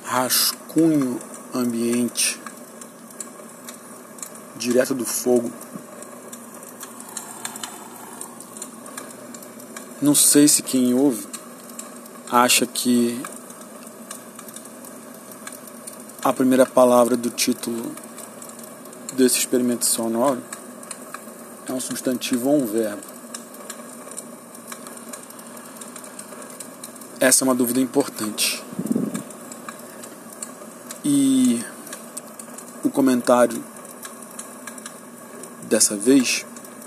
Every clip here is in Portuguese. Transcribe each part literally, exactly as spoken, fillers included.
rascunho ambiente direto do fogo. Não sei se quem ouve acha que a primeira palavra do título desse experimento sonoro é um substantivo ou um verbo. Essa é uma dúvida importante. E o comentário dessa vez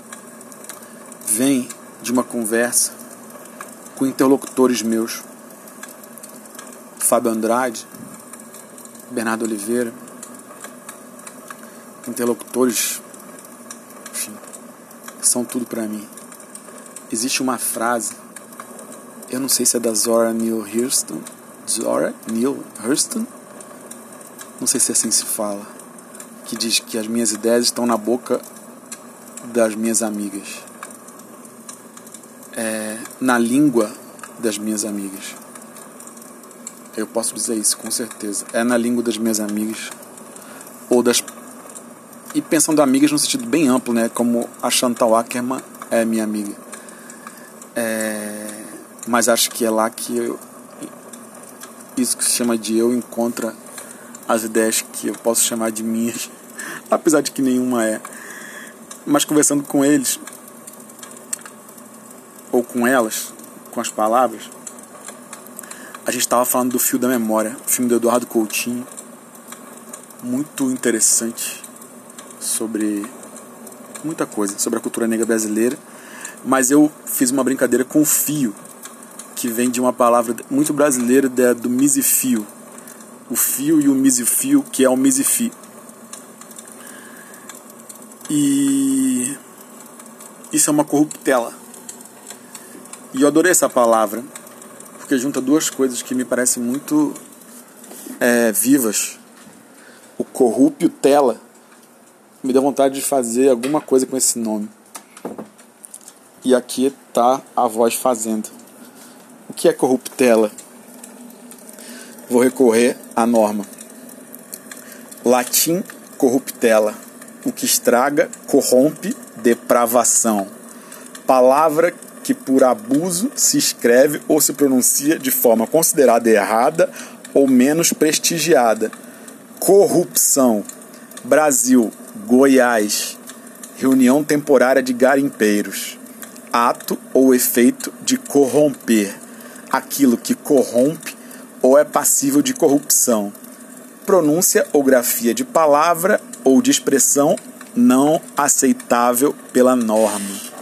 vem de uma conversa com interlocutores meus, Fábio Andrade, Bernardo Oliveira, interlocutores, enfim, são tudo para mim. Existe uma frase, eu não sei se é da Zora Neale Hurston, Zora Neale Hurston, não sei se assim se fala, que diz que as minhas ideias estão na boca das minhas amigas, é, na língua das minhas amigas. Eu posso dizer isso com certeza. É na língua das minhas amigas, ou das, e pensando amigas no sentido bem amplo, né? Como a Chantal Akerman é minha amiga. É, mas acho que é lá que eu, isso que se chama de eu encontra as ideias que eu posso chamar de minhas, apesar de que nenhuma é. Mas conversando com eles, ou com elas, com as palavras, a gente estava falando do Fio da Memória, filme do Eduardo Coutinho, muito interessante sobre muita coisa, sobre a cultura negra brasileira, mas eu fiz uma brincadeira com o fio, que vem de uma palavra muito brasileira, do misifio, o fio e o misifio, que é o misifi. E isso é uma corruptela. E eu adorei essa palavra, porque junta duas coisas que me parecem muito é, vivas. O corrupio tela me dá vontade de fazer alguma coisa com esse nome. E aqui está a voz fazendo. O que é corruptela? Vou recorrer à norma. Latim, corruptela. O que estraga, corrompe, depravação. Palavra que por abuso se escreve ou se pronuncia de forma considerada errada ou menos prestigiada. Corrupção. Brasil, Goiás. Reunião temporária de garimpeiros. Ato ou efeito de corromper. Aquilo que corrompe ou é passível de corrupção. Pronúncia ou grafia de palavra ou de expressão não aceitável pela norma.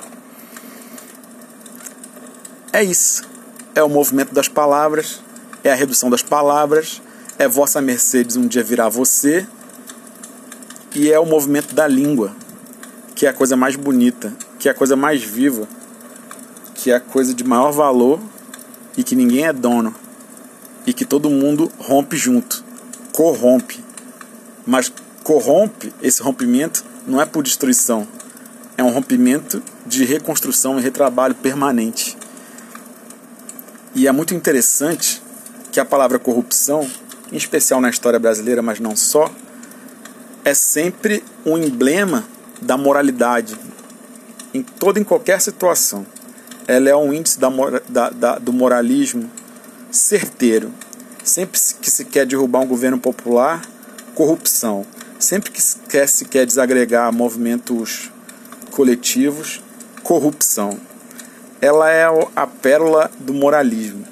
É isso. É o movimento das palavras, é a redução das palavras, é vossa Mercedes um dia virar você, e é o movimento da língua, que é a coisa mais bonita, que é a coisa mais viva, que é a coisa de maior valor e que ninguém é dono, e que todo mundo rompe junto, corrompe. Mas corrompe, esse rompimento não é por destruição, é um rompimento de reconstrução e retrabalho permanente. E é muito interessante que a palavra corrupção, em especial na história brasileira, mas não só, é sempre um emblema da moralidade, em toda e em qualquer situação. Ela é um índice da, da, da, do moralismo certeiro. Sempre que se quer derrubar um governo popular, corrupção. Sempre que se quer, se quer desagregar movimentos coletivos, corrupção. Ela é a pérola do moralismo.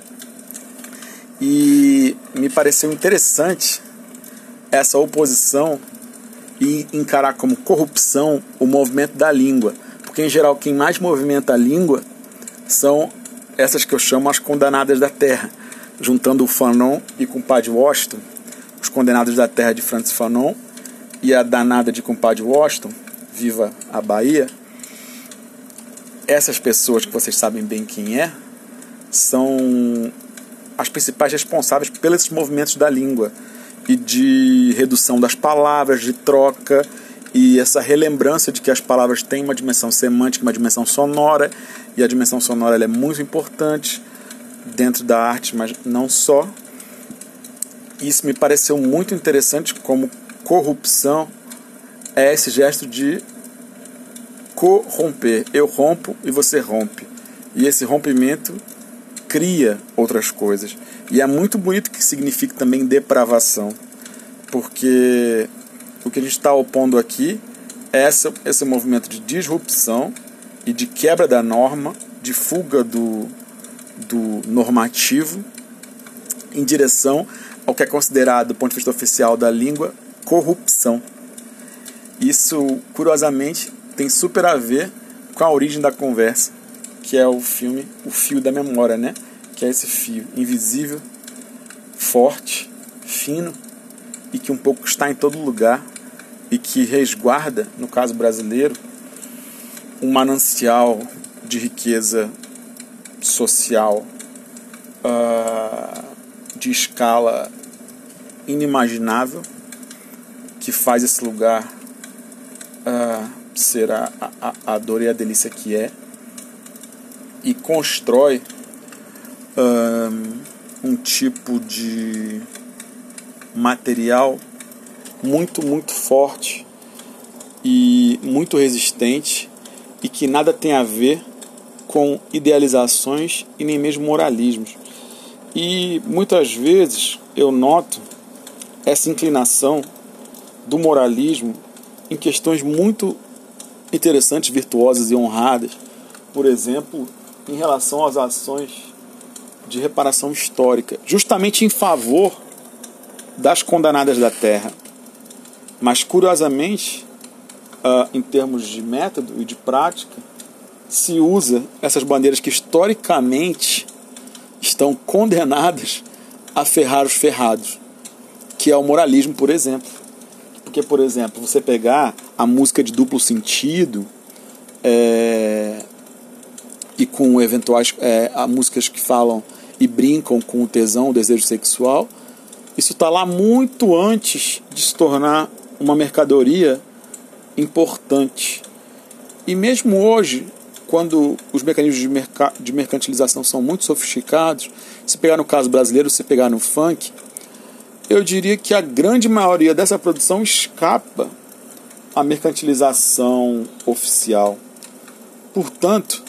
E me pareceu interessante essa oposição e encarar como corrupção o movimento da língua. Porque, em geral, quem mais movimenta a língua são essas que eu chamo as condenadas da terra. Juntando o Fanon e Compadre Washington, os condenados da terra de Francis Fanon e a danada de Compadre Washington, viva a Bahia. Essas pessoas, que vocês sabem bem quem é, são as principais responsáveis pelos movimentos da língua e de redução das palavras, de troca e essa relembrança de que as palavras têm uma dimensão semântica, uma dimensão sonora, e a dimensão sonora ela é muito importante dentro da arte, mas não só. Isso me pareceu muito interessante, como corrupção é esse gesto de corromper. Eu rompo e você rompe. E esse rompimento cria outras coisas. E é muito bonito que signifique também depravação. Porque o que a gente está opondo aqui é essa, esse movimento de disrupção e de quebra da norma, de fuga do, do normativo, em direção ao que é considerado, do ponto de vista oficial da língua, corrupção. Isso, curiosamente, tem super a ver com a origem da conversa, que é o filme O Fio da Memória, né? Que é esse fio invisível, forte, fino, e que um pouco está em todo lugar, e que resguarda, no caso brasileiro, um manancial de riqueza social uh, de escala inimaginável, que faz esse lugar uh, ser a, a, a dor e a delícia que é, e constrói uh, um tipo de material muito, muito forte e muito resistente, e que nada tem a ver com idealizações e nem mesmo moralismos. E muitas vezes eu noto essa inclinação do moralismo em questões muito interessantes, virtuosas e honradas, por exemplo, em relação às ações de reparação histórica, justamente em favor das condenadas da terra. Mas, curiosamente, uh, em termos de método e de prática, se usa essas bandeiras que historicamente estão condenadas a ferrar os ferrados, que é o moralismo, por exemplo. Porque, por exemplo, você pegar a música de duplo sentido é, e com eventuais é, a músicas que falam e brincam com o tesão, o desejo sexual, isso está lá muito antes de se tornar uma mercadoria importante. E mesmo hoje, quando os mecanismos de, merca- de mercantilização são muito sofisticados, se pegar no caso brasileiro, se pegar no funk, eu diria que a grande maioria dessa produção escapa à mercantilização oficial. Portanto,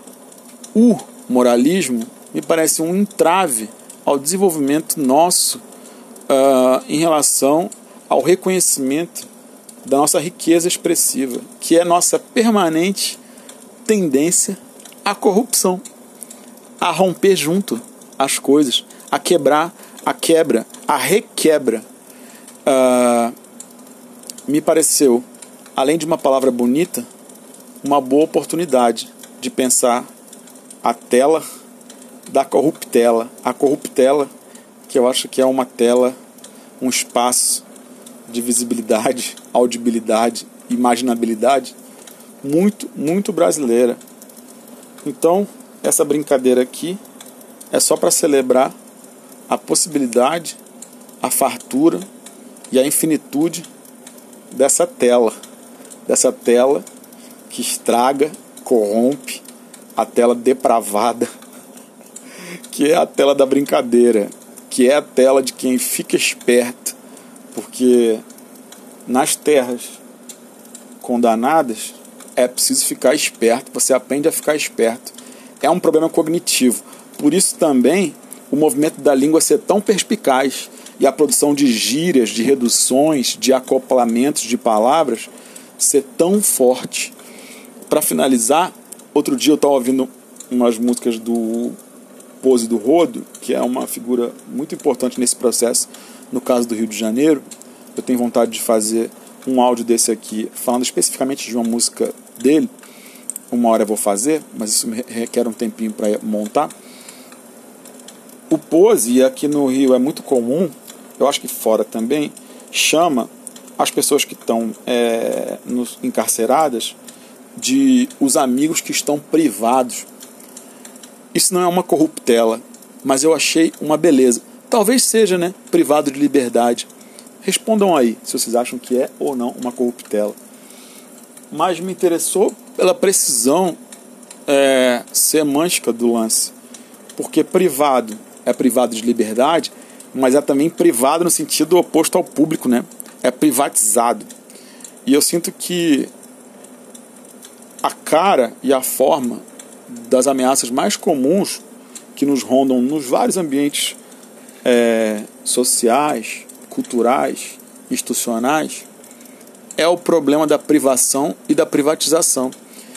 o moralismo me parece um entrave ao desenvolvimento nosso uh, em relação ao reconhecimento da nossa riqueza expressiva, que é nossa permanente tendência à corrupção, a romper junto as coisas, a quebrar, a quebra, a requebra. Uh, me pareceu, além de uma palavra bonita, uma boa oportunidade de pensar a tela da corruptela. A corruptela, que eu acho que é uma tela, um espaço de visibilidade, audibilidade, imaginabilidade muito, muito brasileira. Então, essa brincadeira aqui é só para celebrar a possibilidade, a fartura e a infinitude dessa tela, dessa tela que estraga, corrompe, a tela depravada, que é a tela da brincadeira, que é a tela de quem fica esperto, porque nas terras condenadas é preciso ficar esperto, você aprende a ficar esperto. É um problema cognitivo. Por isso também o movimento da língua ser tão perspicaz e a produção de gírias, de reduções, de acoplamentos de palavras ser tão forte. Para finalizar, outro dia eu estava ouvindo umas músicas do Pose do Rodo, que é uma figura muito importante nesse processo, no caso do Rio de Janeiro. Eu tenho vontade de fazer um áudio desse aqui, falando especificamente de uma música dele. Uma hora eu vou fazer, mas isso requer um tempinho para montar. O Pose, aqui no Rio é muito comum, eu acho que fora também, chama as pessoas que estão é, nos, encarceradas de os amigos que estão privados. Isso não é uma corruptela, mas eu achei uma beleza. Talvez seja, né, privado de liberdade. Respondam aí se vocês acham que é ou não uma corruptela. Mas me interessou pela precisão é, semântica do lance. Porque privado é privado de liberdade, mas é também privado no sentido oposto ao público, né? É privatizado. E eu sinto que a cara e a forma das ameaças mais comuns que nos rondam nos vários ambientes é, sociais, culturais, institucionais, é o problema da privação e da privatização.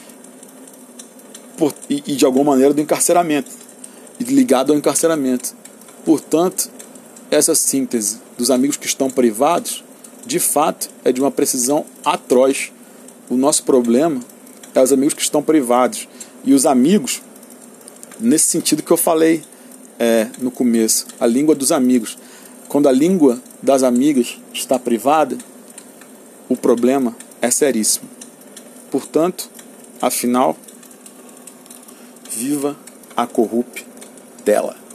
Por, e, e de alguma maneira do encarceramento, ligado ao encarceramento. Portanto, essa síntese dos amigos que estão privados, de fato, é de uma precisão atroz. O nosso problema é os amigos que estão privados. E os amigos, nesse sentido que eu falei é, no começo, a língua dos amigos. Quando a língua das amigas está privada, o problema é seríssimo. Portanto, afinal, viva a corruptela.